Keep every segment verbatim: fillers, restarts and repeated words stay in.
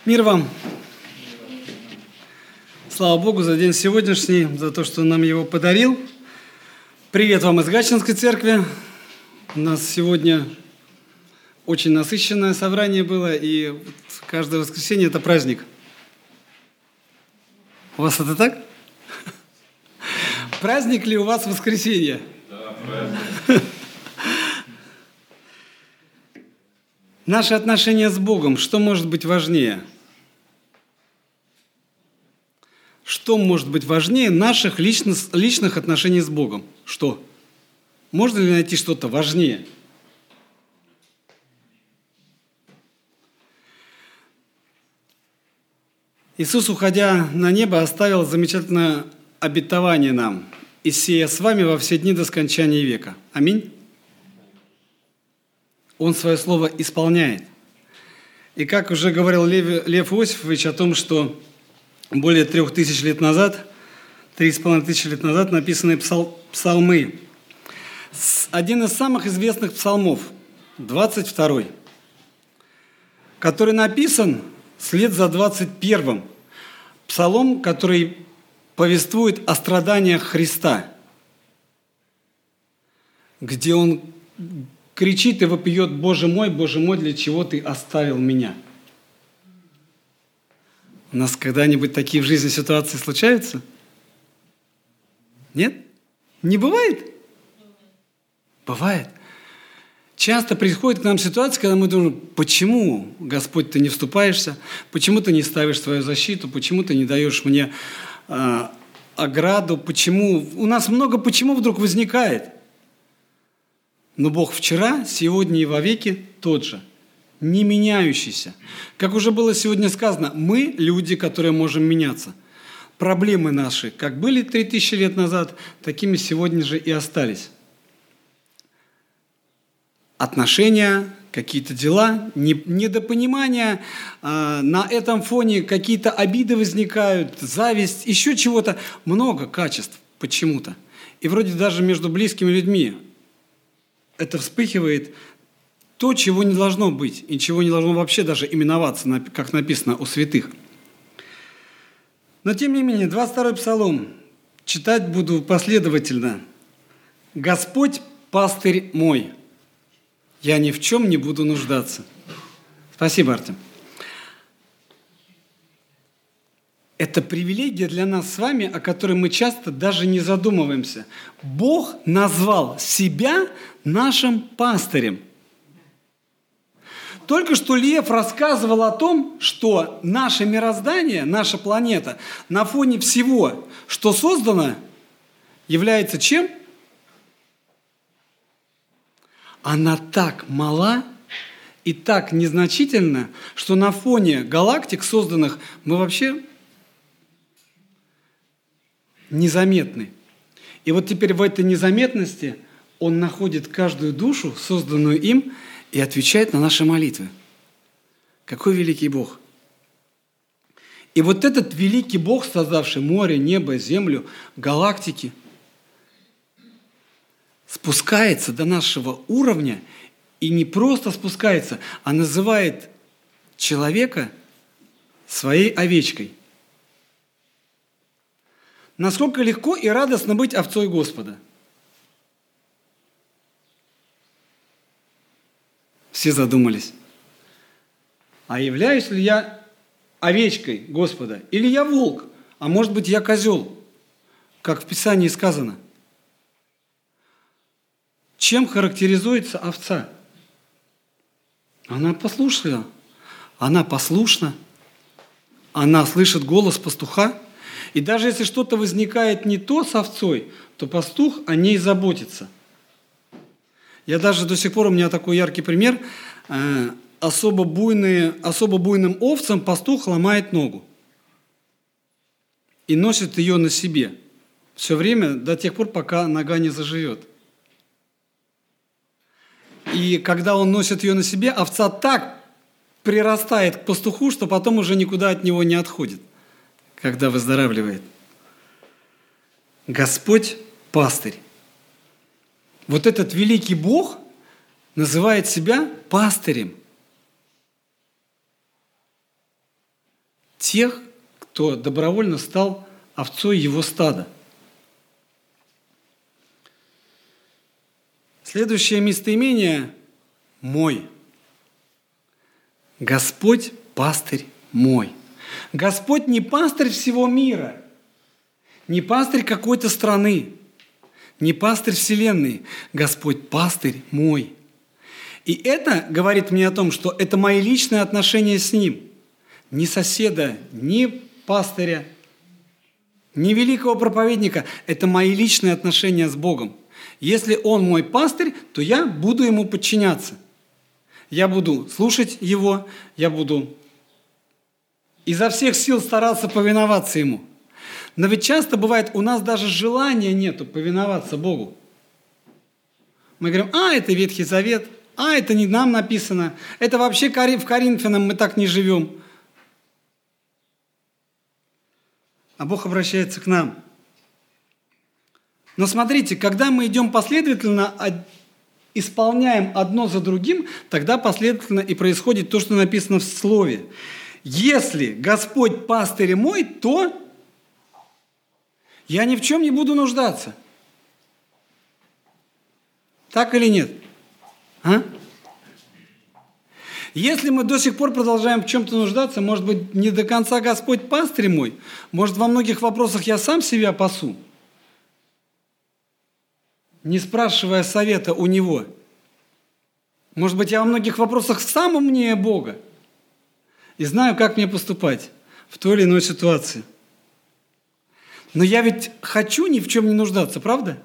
Мир вам! Слава Богу за день сегодняшний, за то, что Он нам его подарил. Привет вам из Гатчинской церкви. У нас сегодня очень насыщенное собрание было, и каждое воскресенье – это праздник. У вас это так? Праздник ли у вас воскресенье? Да, праздник. Наши отношения с Богом, что может быть важнее? Что может быть важнее наших личных, личных отношений с Богом? Что? Можно ли найти что-то важнее? Иисус, уходя на небо, оставил замечательное обетование нам: «И сея с вами во все дни до скончания века». Аминь. Он свое слово исполняет. И как уже говорил Лев, Лев Иосифович о том, что более трех тысяч лет назад, три с половиной тысячи лет назад написаны псал, псалмы. Один из самых известных псалмов, двадцать второй, который написан вслед за двадцать первым. Псалом, который повествует о страданиях Христа, где он кричит и вопиет: «Боже мой, Боже мой, для чего Ты оставил меня?» У нас когда-нибудь такие в жизни ситуации случаются? Нет? Не бывает? Бывает. Часто приходит к нам ситуация, когда мы думаем: почему, Господь, Ты не вступаешься? Почему Ты не ставишь свою защиту? Почему Ты не даешь мне э, ограду? Почему? У нас много почему вдруг возникает. Но Бог вчера, сегодня и вовеки тот же, не меняющийся. Как уже было сегодня сказано, мы люди, которые можем меняться. Проблемы наши, как были три тысячи лет назад, такими сегодня же и остались. Отношения, какие-то дела, недопонимания, э, на этом фоне какие-то обиды возникают, зависть, еще чего-то. Много качеств почему-то. И вроде даже между близкими людьми это вспыхивает, то, чего не должно быть, и чего не должно вообще даже именоваться, как написано у святых. Но тем не менее, двадцать второй псалом читать буду последовательно. «Господь пастырь мой, я ни в чем не буду нуждаться». Спасибо, Артем. Это привилегия для нас с вами, о которой мы часто даже не задумываемся. Бог назвал себя нашим пастырем. Только что Лев рассказывал о том, что наше мироздание, наша планета на фоне всего, что создано, является чем? Она так мала и так незначительна, что на фоне галактик, созданных, мы вообще незаметны. И вот теперь в этой незаметности Он находит каждую душу, созданную им, и отвечает на наши молитвы. Какой великий Бог! И вот этот великий Бог, создавший море, небо, землю, галактики, спускается до нашего уровня, и не просто спускается, а называет человека своей овечкой. Насколько легко и радостно быть овцой Господа. Все задумались. А являюсь ли я овечкой Господа? Или я волк? А может быть, я козел? Как в Писании сказано. Чем характеризуется овца? Она послушна. Она послушна. Она слышит голос пастуха. И даже если что-то возникает не то с овцой, то пастух о ней заботится. Я даже до сих пор, у меня такой яркий пример, э, особо, буйные, особо буйным овцам пастух ломает ногу и носит ее на себе все время до тех пор, пока нога не заживет. И когда он носит ее на себе, овца так прирастает к пастуху, что потом уже никуда от него не отходит, когда выздоравливает. Господь пастырь. Вот этот великий Бог называет себя пастырем. тех, кто добровольно стал овцой его стада. Следующее местоимение – «мой». Господь – пастырь мой. Господь не пастырь всего мира, не пастырь какой-то страны, не пастырь вселенной. Господь – пастырь мой. И это говорит мне о том, что это мои личные отношения с Ним. Ни соседа, ни пастыря, ни великого проповедника. Это мои личные отношения с Богом. Если Он мой пастырь, то я буду Ему подчиняться. Я буду слушать Его, я буду изо всех сил стараться повиноваться Ему. Но ведь часто бывает, у нас даже желания нету повиноваться Богу. Мы говорим, а, это Ветхий Завет, а, это не нам написано, это вообще в Коринфянам мы так не живем. А Бог обращается к нам. Но смотрите, когда мы идем последовательно, исполняем одно за другим, тогда последовательно и происходит то, что написано в Слове. Если Господь пастырь мой, то я ни в чем не буду нуждаться. Так или нет? А? Если мы до сих пор продолжаем в чем-то нуждаться, может быть, не до конца Господь пастырь мой, может, во многих вопросах я сам себя пасу, не спрашивая совета у Него. Может быть, я во многих вопросах сам умнее Бога и знаю, как мне поступать в той или иной ситуации. Но я ведь хочу ни в чем не нуждаться, правда?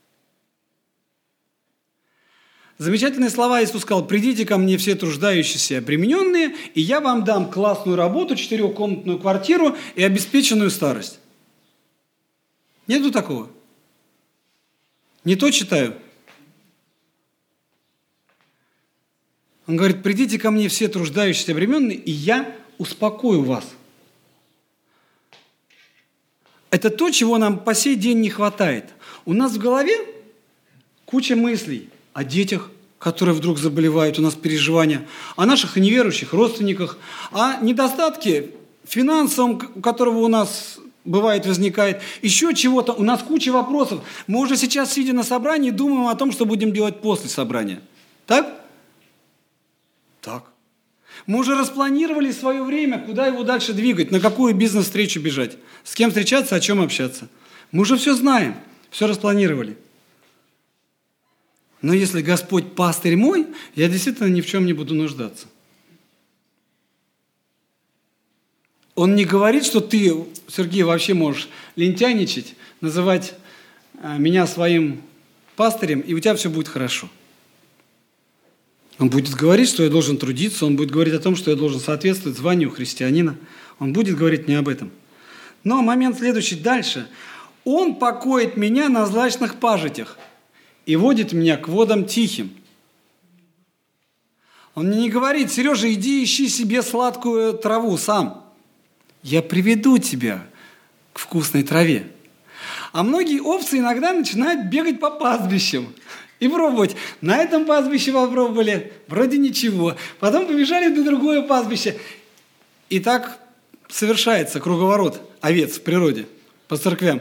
Замечательные слова Иисус сказал: «Придите ко мне все труждающиеся и обремененные, и я вам дам классную работу, четырехкомнатную квартиру и обеспеченную старость». Нету такого? Не то читаю. Он говорит: «Придите ко мне все труждающиеся и обремененные, и я успокою вас». Это то, чего нам по сей день не хватает. У нас в голове куча мыслей о детях, которые вдруг заболевают, у нас переживания, о наших неверующих родственниках, о недостатке финансовом, которого у нас бывает, возникает, еще чего-то. У нас куча вопросов. Мы уже сейчас, сидя на собрании, думаем о том, что будем делать после собрания. Так? Так. Мы уже распланировали свое время, куда его дальше двигать, на какую бизнес-встречу бежать, с кем встречаться, о чем общаться. Мы уже все знаем, все распланировали. Но если Господь пастырь мой, я действительно ни в чем не буду нуждаться. Он не говорит, что ты, Сергей, вообще можешь лентяйничать, называть меня своим пастырем, и у тебя все будет хорошо. Он будет говорить, что я должен трудиться, он будет говорить о том, что я должен соответствовать званию христианина. Он будет говорить не об этом. Но момент следующий, дальше. Он покоит меня на злачных пажитях и водит меня к водам тихим. Он мне не говорит: Сережа, иди ищи себе сладкую траву сам. Я приведу тебя к вкусной траве. А многие овцы иногда начинают бегать по пастбищам и пробовать. На этом пастбище попробовали, вроде ничего. Потом побежали на другое пастбище. И так совершается круговорот овец в природе, по церквям.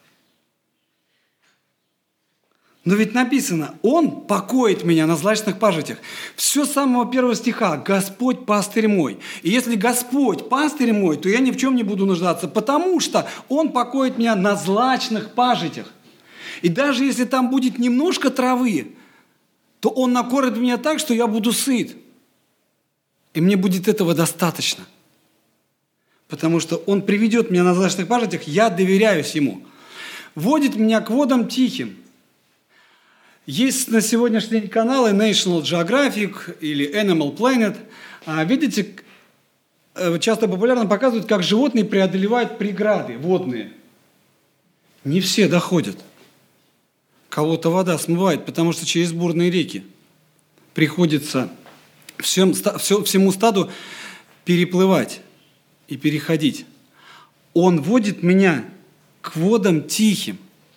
Но ведь написано: Он покоит меня на злачных пажитях. Все с самого первого стиха. Господь пастырь мой. И если Господь пастырь мой, то я ни в чем не буду нуждаться, потому что Он покоит меня на злачных пажитях. И даже если там будет немножко травы, то Он накормит меня так, что я буду сыт. И мне будет этого достаточно. Потому что Он приведет меня на злачных пажитях, я доверяюсь Ему. Водит меня к водам тихим. Есть на сегодняшний день каналы National Geographic или Animal Planet. Видите, часто популярно показывают, как животные преодолевают преграды водные. Не все доходят. Кого-то вода смывает, потому что через бурные реки приходится всем, всему стаду переплывать и переходить. Он водит меня к водам тихим.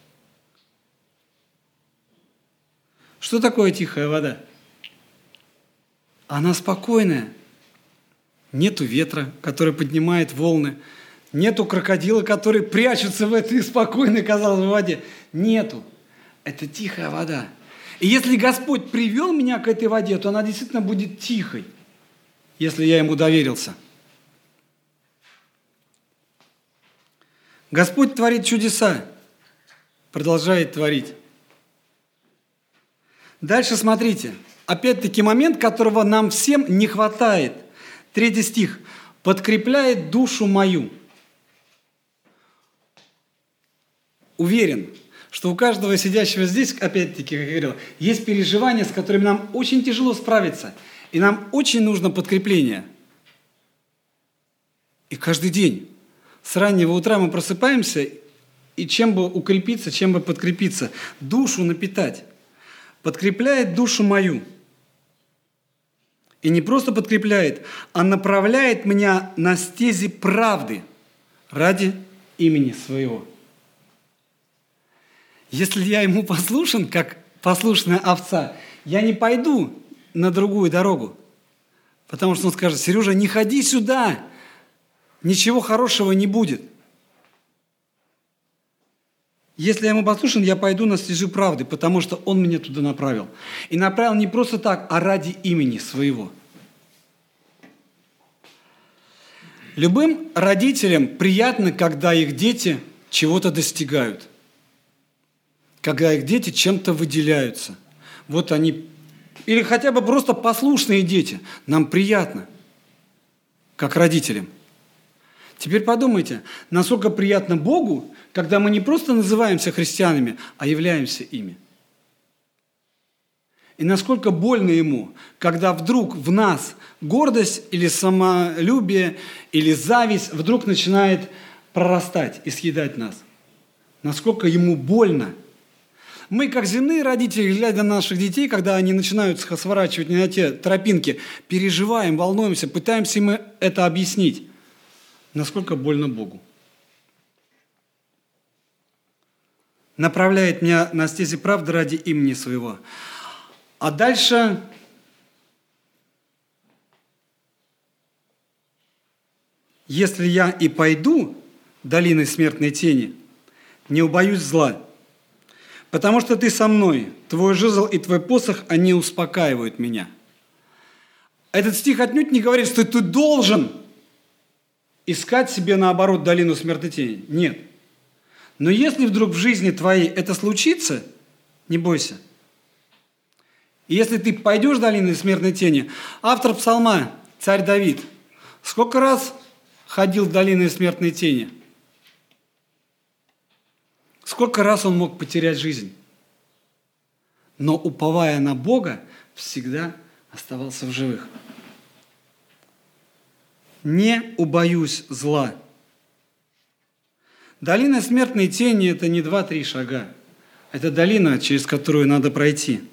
Что такое тихая вода? Она спокойная. Нету ветра, который поднимает волны. Нету крокодила, которые прячутся в этой спокойной, казалось бы, воде. Нету. Это тихая вода. И если Господь привел меня к этой воде, то она действительно будет тихой, если я Ему доверился. Господь творит чудеса, продолжает творить. Дальше смотрите. Опять-таки момент, которого нам всем не хватает. Третий стих. «Подкрепляет душу мою». Уверен, что у каждого сидящего здесь, опять-таки, как я говорил, есть переживания, с которыми нам очень тяжело справиться. И нам очень нужно подкрепление. И каждый день с раннего утра мы просыпаемся, и чем бы укрепиться, чем бы подкрепиться, душу напитать. Подкрепляет душу мою. И не просто подкрепляет, а направляет меня на стези правды ради имени своего. Если я Ему послушен, как послушная овца, я не пойду на другую дорогу. Потому что Он скажет: Сережа, не ходи сюда, ничего хорошего не будет. Если я Ему послушен, я пойду на стежи правды, потому что Он меня туда направил. И направил не просто так, а ради имени своего. Любым родителям приятно, когда их дети чего-то достигают. Когда их дети чем-то выделяются. Вот они, или хотя бы просто послушные дети. Нам приятно, как родителям. Теперь подумайте, насколько приятно Богу, когда мы не просто называемся христианами, а являемся ими. И насколько больно Ему, когда вдруг в нас гордость или самолюбие, или зависть вдруг начинает прорастать и съедать нас. Насколько Ему больно. Мы, как земные родители, глядя на наших детей, когда они начинают сворачивать не на те тропинки, переживаем, волнуемся, пытаемся им это объяснить. Насколько больно Богу. Направляет меня на стези правды ради имени своего. А дальше если я и пойду долиной смертной тени, не убоюсь зла, потому что ты со мной, твой жезл и твой посох, они успокаивают меня. Этот стих отнюдь не говорит, что ты должен искать себе, наоборот, долину смертной тени. Нет. Но если вдруг в жизни твоей это случится, не бойся. И если ты пойдешь долиной смертной тени, автор псалма, царь Давид, сколько раз ходил в долиной смертной тени? Сколько раз он мог потерять жизнь? Но, уповая на Бога, всегда оставался в живых. Не убоюсь зла. Долина смертной тени – это не два-три шага. Это долина, через которую надо пройти.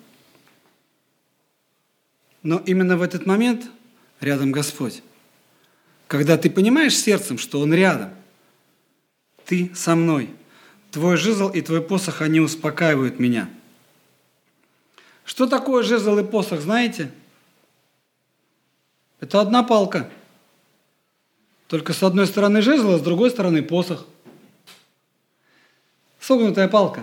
Но именно в этот момент рядом Господь. Когда ты понимаешь сердцем, что Он рядом, ты со мной. Твой жезл и твой посох, они успокаивают меня. Что такое жезл и посох, знаете? Это одна палка. Только с одной стороны жезл, а с другой стороны посох. Согнутая палка.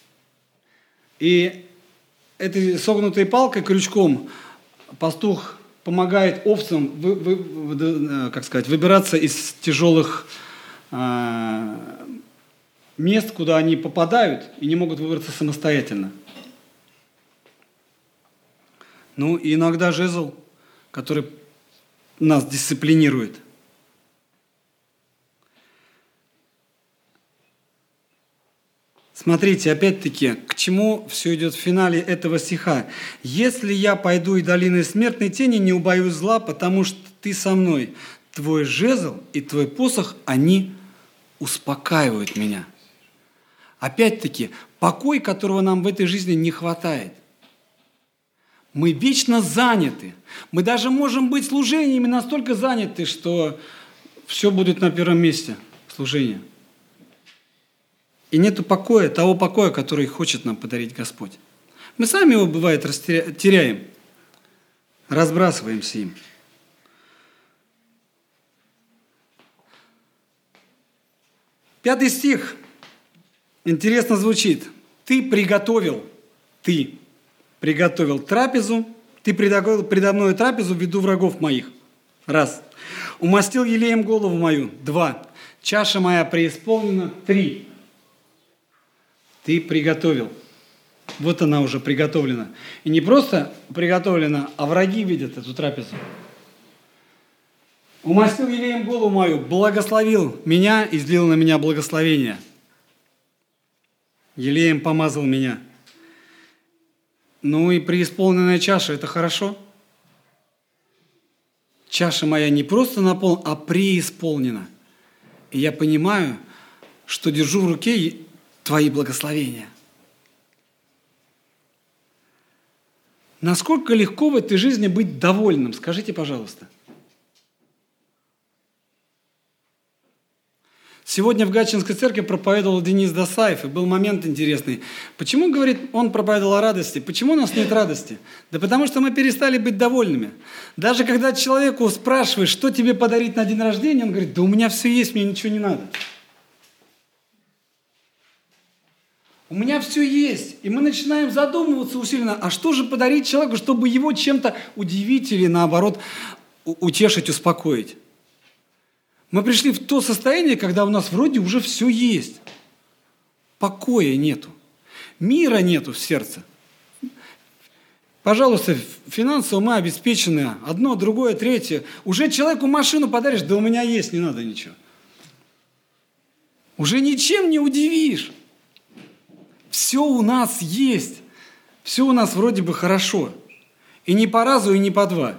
И этой согнутой палкой, крючком, пастух помогает овцам вы, вы, как сказать, выбираться из тяжелых э, мест, куда они попадают и не могут выбраться самостоятельно. Ну и иногда жезл, который нас дисциплинирует. Смотрите, опять-таки, к чему все идет в финале этого стиха. «Если я пойду и долиной смертной тени, не убоюсь зла, потому что ты со мной. Твой жезл и твой посох, они успокаивают меня». Опять-таки, покой, которого нам в этой жизни не хватает. Мы вечно заняты. Мы даже можем быть служениями настолько заняты, что все будет на первом месте служение. И нету покоя, того покоя, который хочет нам подарить Господь. Мы сами его, бывает, растеря... теряем, разбрасываемся им. Пятый стих интересно звучит. Ты приготовил, ты приготовил трапезу, ты приготовил предо мною трапезу в виду врагов моих. Раз. Умастил елеем голову мою. Два. Чаша моя преисполнена. Три. Ты приготовил. Вот она уже приготовлена. И не просто приготовлена, а враги видят эту трапезу. Умастил елеем голову мою, благословил меня и излил на меня благословение. Елеем помазал меня. Ну и преисполненная чаша – это хорошо. Чаша моя не просто наполнена, а преисполнена. И я понимаю, что держу в руке Твои благословения. Насколько легко в этой жизни быть довольным? Скажите, пожалуйста. Сегодня в Гатчинской церкви проповедовал Денис Досаев, и был момент интересный. Почему, говорит, он проповедовал о радости? Почему у нас нет радости? Да потому что мы перестали быть довольными. Даже когда человеку спрашиваешь, что тебе подарить на день рождения, он говорит, да у меня все есть, мне ничего не надо. У меня все есть. И мы начинаем задумываться усиленно, а что же подарить человеку, чтобы его чем-то удивить или, наоборот, утешить, успокоить? Мы пришли в то состояние, когда у нас вроде уже все есть. Покоя нету. Мира нету в сердце. Пожалуйста, финансово мы обеспечены. Одно, другое, третье. Уже человеку машину подаришь, да у меня есть, не надо ничего. Уже ничем не удивишь. Все у нас есть. Все у нас вроде бы хорошо. И не по разу, и не по два.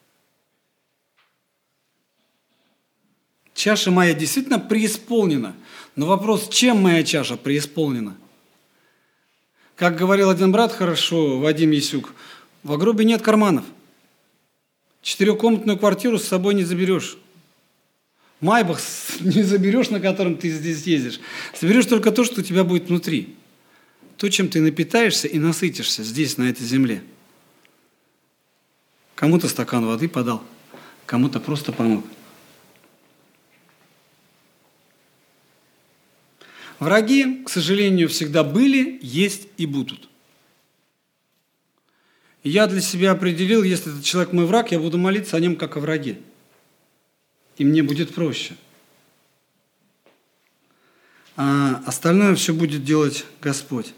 Чаша моя действительно преисполнена. Но вопрос, чем моя чаша преисполнена? Как говорил один брат хорошо, Вадим Ясюк, в гробе нет карманов. Четырехкомнатную квартиру с собой не заберешь. Майбах не заберешь, на котором ты здесь ездишь. Заберешь только то, что у тебя будет внутри. То, чем ты напитаешься и насытишься здесь, на этой земле. Кому-то стакан воды подал, кому-то просто помог. Враги, к сожалению, всегда были, есть и будут. И я для себя определил, если этот человек мой враг, я буду молиться о нем как о враге. И мне будет проще. А остальное все будет делать Господь.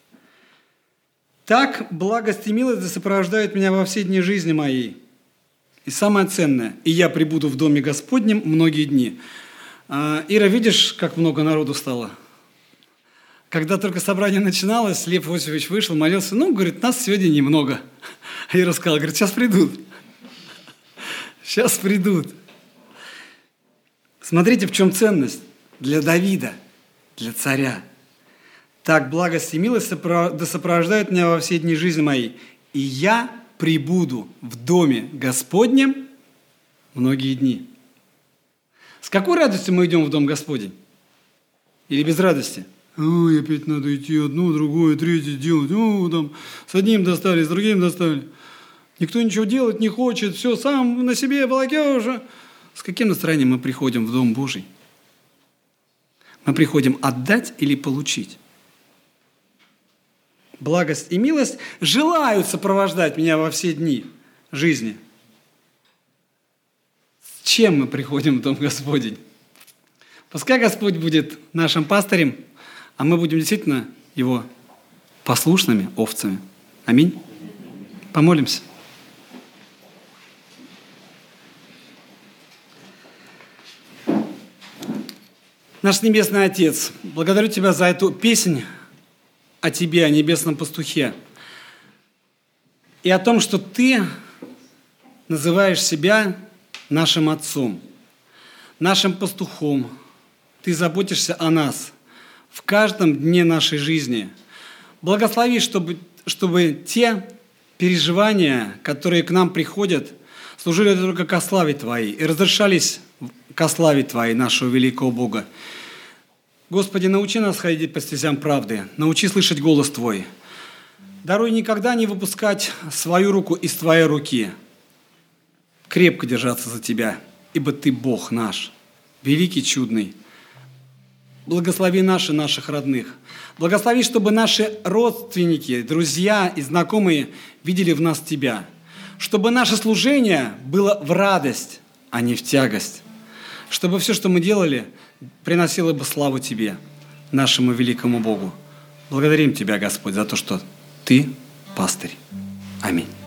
Так благость и милость сопровождают меня во все дни жизни моей. И самое ценное, и я пребуду в доме Господнем многие дни. А, Ира, видишь, как много народу стало? Когда только собрание начиналось, Лев Иосифович вышел, молился, ну, говорит, нас сегодня немного. А Ира сказала, говорит, сейчас придут. Сейчас придут. Смотрите, в чем ценность для Давида, для царя. Так благость и милость да сопровождают меня во все дни жизни моей, и я пребуду в доме Господнем многие дни. С какой радостью мы идем в дом Господень? Или без радости? Ой, опять надо идти одно, другое, третье делать. О, там с одним достали, с другим достали. Никто ничего делать не хочет, все, сам на себе волокёжа. С каким настроением мы приходим в Дом Божий? Мы приходим отдать или получить? Благость и милость желают сопровождать меня во все дни жизни. С чем мы приходим в Дом Господень? Пускай Господь будет нашим пастырем, а мы будем действительно Его послушными овцами. Аминь. Помолимся. Наш Небесный Отец, благодарю Тебя за эту песнь о Тебе, о небесном пастухе. И о том, что Ты называешь себя нашим Отцом, нашим пастухом. Ты заботишься о нас в каждом дне нашей жизни. Благослови, чтобы, чтобы те переживания, которые к нам приходят, служили только ко славе Твоей и разрешались ко славе Твоей, нашего великого Бога. Господи, научи нас ходить по стезям правды, научи слышать голос Твой. Даруй никогда не выпускать свою руку из Твоей руки, крепко держаться за Тебя, ибо Ты Бог наш, великий, чудный, благослови наши, наших родных. Благослови, чтобы наши родственники, друзья и знакомые видели в нас Тебя. Чтобы наше служение было в радость, а не в тягость. Чтобы все, что мы делали, приносило бы славу Тебе, нашему великому Богу. Благодарим Тебя, Господь, за то, что Ты пастырь. Аминь.